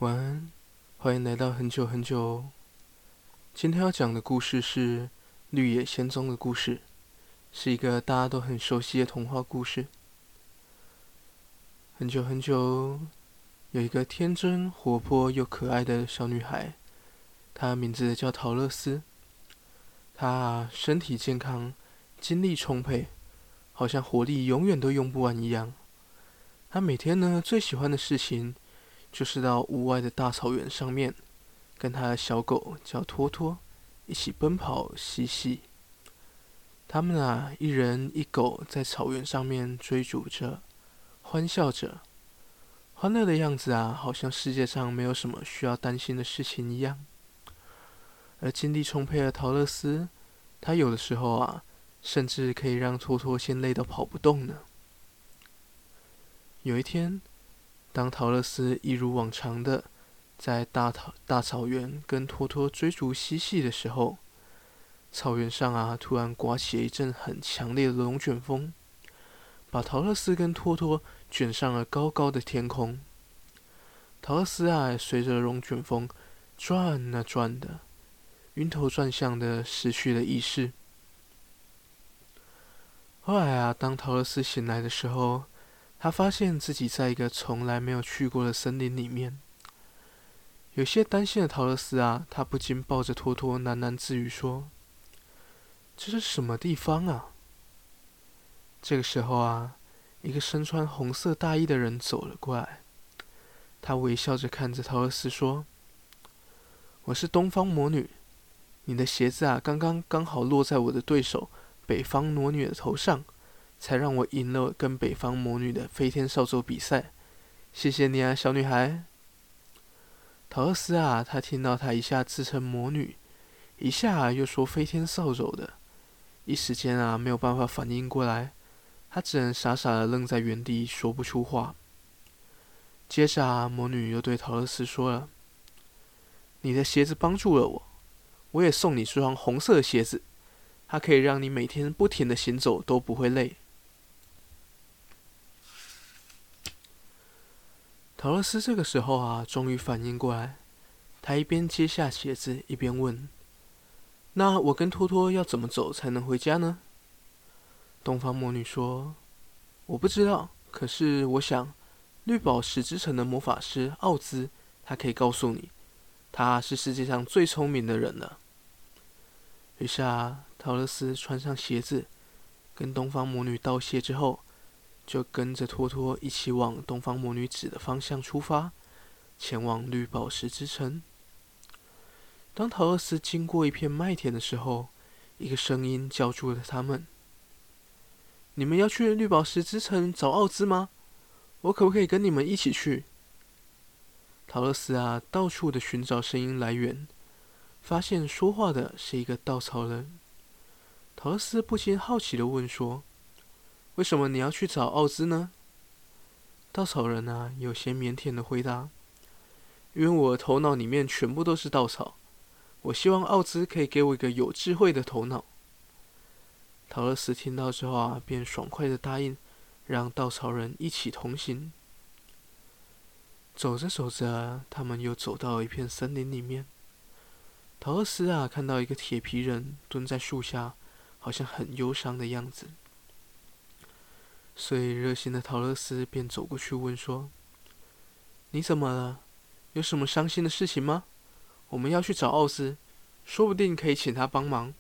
晚安，欢迎来到很久很久哦。今天要讲的故事是绿野仙踪的故事，是一个大家都很熟悉的童话故事。很久很久，有一个天真、活泼又可爱的小女孩，她名字叫桃乐丝。她身体健康，精力充沛，好像活力永远都用不完一样。她每天呢最喜欢的事情就是到屋外的大草原上面，跟他的小狗叫托托一起奔跑嬉戏。他们一人一狗在草原上面追逐着，欢笑着，欢乐的样子好像世界上没有什么需要担心的事情一样。而精力充沛的桃乐丝，他有的时候甚至可以让托托先累到跑不动呢。有一天，当桃乐丝一如往常的在大草原跟托托追逐嬉戏的时候，草原上突然刮起了一阵很强烈的龙卷风，把桃乐丝跟托托卷上了高高的天空。桃乐丝随着龙卷风转转的，晕头转向的失去了意识。后来当桃乐丝醒来的时候，他发现自己在一个从来没有去过的森林里面。有些担心的桃乐丝他不禁抱着托托喃喃自语说：这是什么地方啊？这个时候一个身穿红色大衣的人走了过来，他微笑着看着桃乐丝说：我是东方魔女，你的鞋子刚好落在我的对手北方魔女的头上，才让我赢了跟北方魔女的飞天扫帚比赛。谢谢你小女孩。桃乐丝她听到她一下自称魔女，一下又说飞天扫帚的，一时间没有办法反应过来，她只能傻傻的愣在原地，说不出话。接着魔女又对桃乐丝说了：你的鞋子帮助了我，我也送你这双红色的鞋子，它可以让你每天不停的行走都不会累。桃乐丝这个时候终于反应过来，她一边接下鞋子，一边问：那我跟托托要怎么走才能回家呢？东方魔女说：我不知道，可是我想绿宝石之城的魔法师奥兹，他可以告诉你，他是世界上最聪明的人了。于是桃乐丝穿上鞋子，跟东方魔女道谢之后，就跟着托托一起往东方魔女指的方向出发，前往绿宝石之城。当桃乐丝经过一片麦田的时候，一个声音叫住了他们：你们要去绿宝石之城找奥兹吗？我可不可以跟你们一起去？桃乐丝到处的寻找声音来源，发现说话的是一个稻草人。桃乐丝不禁好奇的问说：为什么你要去找奥兹呢？稻草人有些腼腆的回答：因为我的头脑里面全部都是稻草，我希望奥兹可以给我一个有智慧的头脑。桃乐丝听到之后便爽快的答应，让稻草人一起同行。走着走着，他们又走到了一片森林里面。桃乐丝看到一个铁皮人蹲在树下，好像很忧伤的样子。所以热心的桃乐丝便走过去问说：你怎么了？有什么伤心的事情吗？我们要去找奥兹，说不定可以请他帮忙。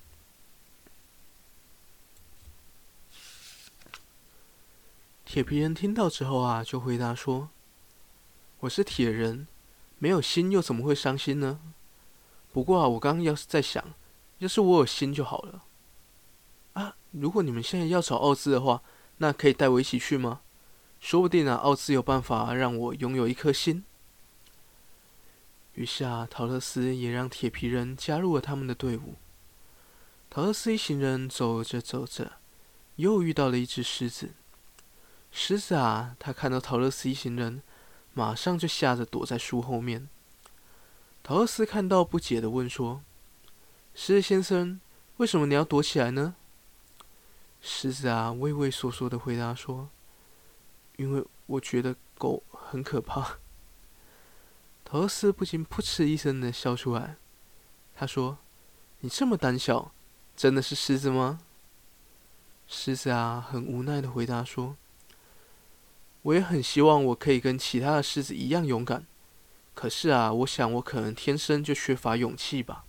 铁皮人听到之后就回答说：我是铁人，没有心又怎么会伤心呢？不过我刚刚要是在想，要是我有心就好了。如果你们现在要找奥兹的话，那可以带我一起去吗？说不定奥兹有办法让我拥有一颗心。于是桃乐丝也让铁皮人加入了他们的队伍。桃乐丝一行人走着走着，又遇到了一只狮子。狮子他看到桃乐丝一行人，马上就吓得躲在树后面。桃乐丝看到不解的问说：狮子先生，为什么你要躲起来呢？狮子畏畏缩缩的回答说：因为我觉得狗很可怕。 陶乐斯不禁噗嗤一声的笑出来。他说：“你这么胆小，真的是狮子吗？”狮子啊，很无奈的回答说：“我也很希望我可以跟其他的狮子一样勇敢，可是啊，我想我可能天生就缺乏勇气吧。”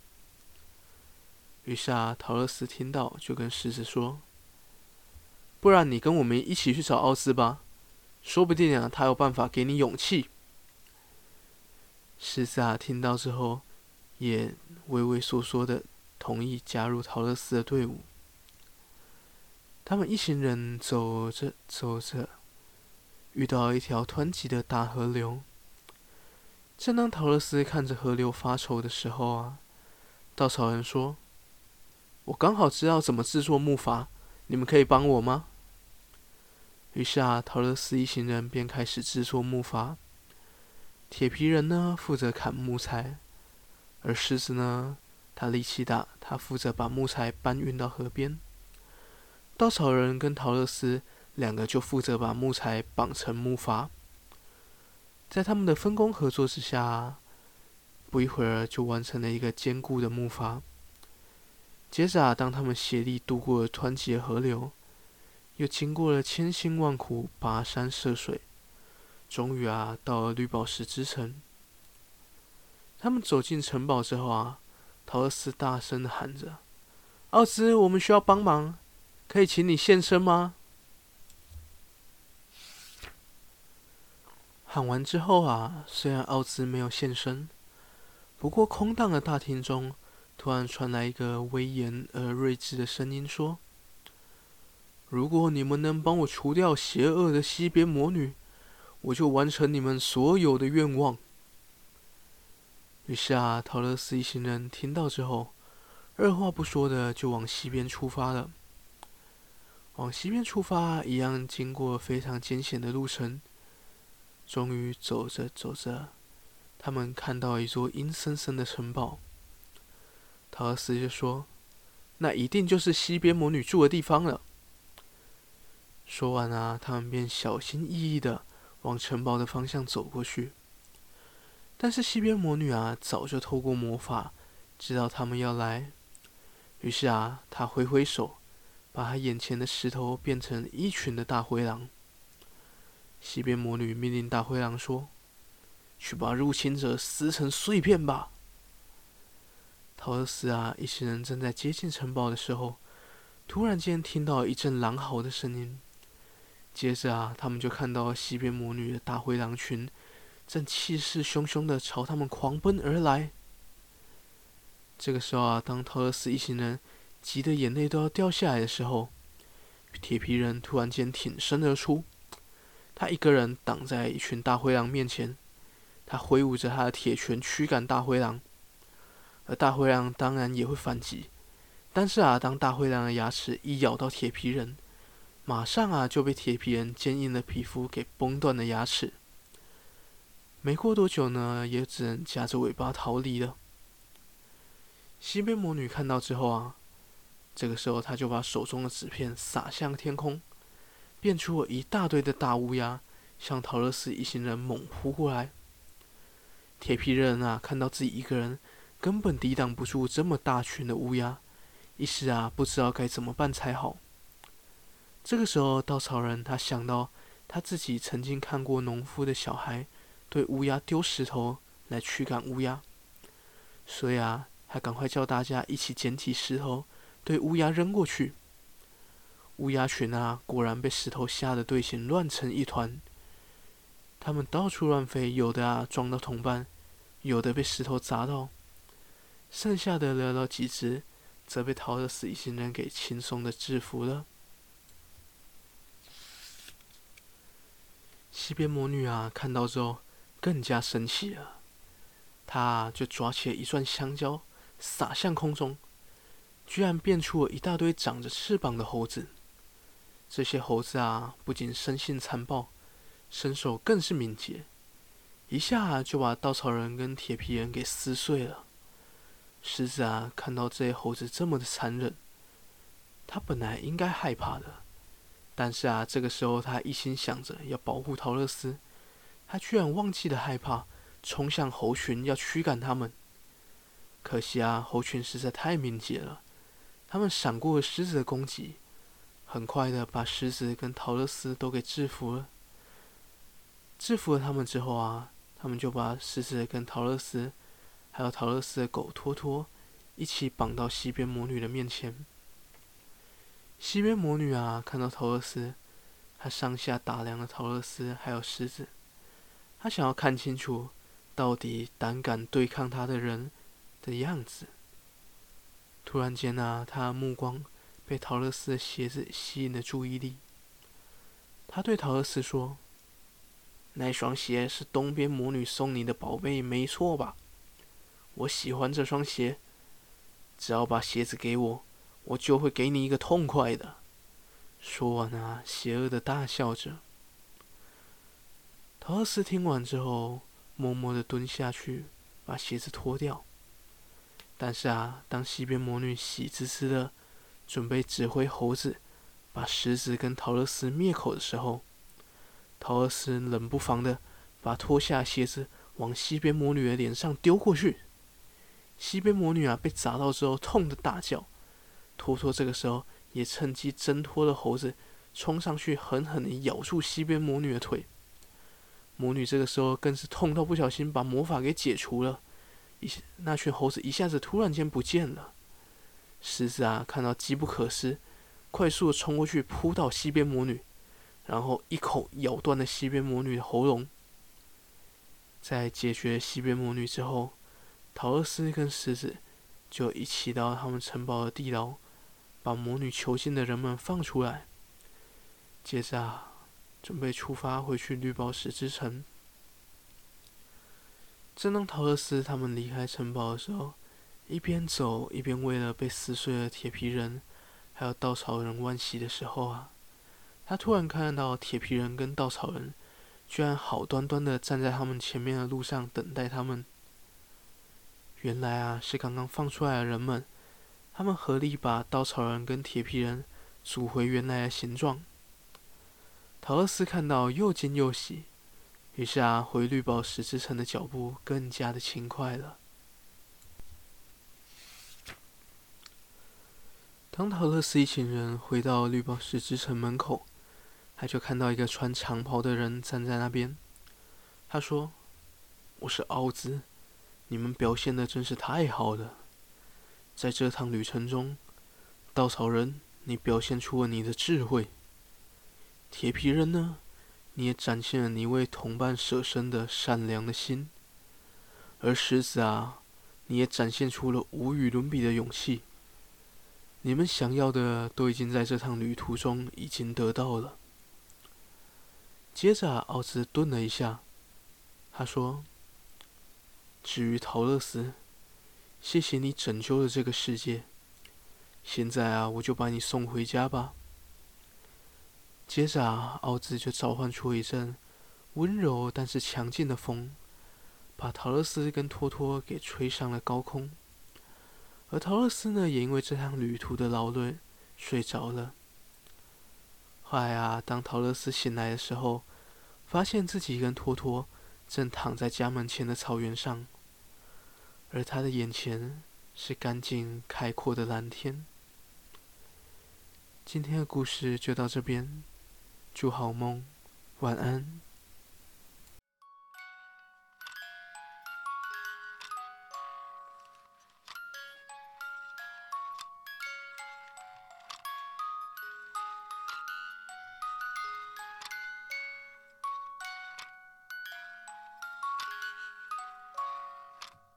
于是啊，陶乐斯听到就跟狮子说：“不然你跟我们一起去找奥兹吧，说不定啊，他有办法给你勇气。”狮子啊，听到之后也畏畏缩缩的同意加入陶乐斯的队伍。他们一行人走着走着，遇到一条湍急的大河流。正当陶乐斯看着河流发愁的时候啊，稻草人说：“我刚好知道怎么制作木筏，你们可以帮我吗？”于是啊，陶乐斯一行人便开始制作木筏。铁皮人呢，负责砍木材，而狮子呢，他力气大，他负责把木材搬运到河边。稻草人跟陶乐斯两个就负责把木材绑成木筏。在他们的分工合作之下，不一会儿就完成了一个坚固的木筏。接着啊，当他们协力渡过了湍急的河流，又经过了千辛万苦跋山涉水，终于啊，到了绿宝石之城。他们走进城堡之后啊，陶乐斯大声的喊着：“奥兹，我们需要帮忙，可以请你现身吗？”喊完之后啊，虽然奥兹没有现身，不过空荡的大厅中突然传来一个威严而睿智的声音说：“如果你们能帮我除掉邪恶的西边魔女，我就完成你们所有的愿望。”于是啊，陶乐斯一行人听到之后，二话不说的就往西边出发了。往西边出发，一样经过非常艰险的路程。终于走着走着，他们看到一座阴森森的城堡。陶乐斯就说：“那一定就是西边魔女住的地方了。”说完啊，他们便小心翼翼的往城堡的方向走过去。但是西边魔女啊，早就透过魔法知道他们要来，于是啊，她挥挥手，把她眼前的石头变成一群的大灰狼。西边魔女命令大灰狼说：“去把入侵者撕成碎片吧！”陶乐斯啊，一行人正在接近城堡的时候，突然间听到一阵狼嚎的声音。接着啊，他们就看到西边魔女的大灰狼群正气势汹汹的朝他们狂奔而来。这个时候啊，当陶乐斯一行人急得眼泪都要掉下来的时候，铁皮人突然间挺身而出。他一个人挡在一群大灰狼面前，他挥舞着他的铁拳驱赶大灰狼，而大灰狼当然也会反击。但是啊，当大灰狼的牙齿一咬到铁皮人，马上啊就被铁皮人坚硬的皮肤给崩断了牙齿。没过多久呢，也只能夹着尾巴逃离了。西边魔女看到之后啊，这个时候她就把手中的纸片撒向天空。变出了一大堆的大乌鸦，向陶乐斯一行人猛扑过来。铁皮人啊，看到自己一个人根本抵挡不住这么大群的乌鸦，一时啊不知道该怎么办才好。这个时候，稻草人他想到他自己曾经看过农夫的小孩对乌鸦丢石头来驱赶乌鸦，所以啊，他赶快叫大家一起捡起石头对乌鸦扔过去。乌鸦群啊，果然被石头吓得队形乱成一团。他们到处乱飞，有的啊撞到同伴，有的被石头砸到，剩下的寥寥几只，则被陶乐斯一行人给轻松的制服了。西边魔女啊，看到之后更加生气了，她就抓起了一串香蕉，撒向空中，居然变出了一大堆长着翅膀的猴子。这些猴子啊，不仅生性残暴，身手更是敏捷，一下就把稻草人跟铁皮人给撕碎了。狮子啊，看到这些猴子这么的残忍，他本来应该害怕的，但是啊，这个时候他一心想着要保护陶乐斯，他居然忘记了害怕， 冲向猴群要驱赶他们。可惜啊，猴群实在太敏捷了，他们闪过了狮子的攻击，很快的把狮子跟陶乐斯都给制服了。制服了他们之后啊，他们就把狮子跟陶乐斯，还有陶乐斯的狗托托，一起绑到西边魔女的面前。西边魔女啊，看到陶乐斯，她上下打量了陶乐斯还有狮子，她想要看清楚，到底胆敢对抗她的人的样子。突然间啊，她的目光被陶乐斯的鞋子吸引了注意力。她对陶乐斯说：“那双鞋是东边魔女送你的宝贝，没错吧？我喜欢这双鞋，只要把鞋子给我，我就会给你一个痛快的。”说完啊，邪恶的大笑着。陶乐斯听完之后，默默的蹲下去，把鞋子脱掉。但是啊，当西边魔女喜滋滋的准备指挥猴子把狮子跟陶乐斯灭口的时候，陶乐斯冷不防的把脱下鞋子往西边魔女的脸上丢过去。西边魔女啊被砸到之后痛得大叫，托托这个时候也趁机挣脱了猴子，冲上去狠狠的咬住西边魔女的腿。魔女这个时候更是痛到不小心把魔法给解除了，那群猴子一下子突然间不见了。狮子啊看到机不可失，快速的冲过去扑倒西边魔女，然后一口咬断了西边魔女的喉咙。在解决西边魔女之后，陶乐斯跟狮子就一起到他们城堡的地牢，把魔女囚禁的人们放出来。接着啊，准备出发回去绿宝石之城。正当陶乐斯他们离开城堡的时候，一边走一边为了被撕碎的铁皮人还有稻草人惋惜的时候啊，他突然看到铁皮人跟稻草人居然好端端的站在他们前面的路上等待他们。原来啊，是刚刚放出来的人们，他们合力把稻草人跟铁皮人组回原来的形状。陶乐斯看到又惊又喜，于是啊，回绿宝石之城的脚步更加的轻快了。当陶乐斯一行人回到绿宝石之城门口，他就看到一个穿长袍的人站在那边。他说：“我是奥兹，你们表现的真是太好了。在这趟旅程中，稻草人，你表现出了你的智慧；铁皮人呢，你也展现了你为同伴舍身的善良的心；而狮子啊，你也展现出了无与伦比的勇气。你们想要的都已经在这趟旅途中已经得到了。”接着啊，奥兹顿了一下，他说：“至于陶乐斯，谢谢你拯救了这个世界。现在啊，我就把你送回家吧。”接着啊，奥兹就召唤出一阵温柔但是强劲的风，把陶乐斯跟托托给吹上了高空。而陶乐斯呢，也因为这趟旅途的劳累睡着了。后来啊，当陶乐斯醒来的时候，发现自己跟托托正躺在家门前的草原上，而他的眼前是干净开阔的蓝天。今天的故事就到这边，祝好梦，晚安。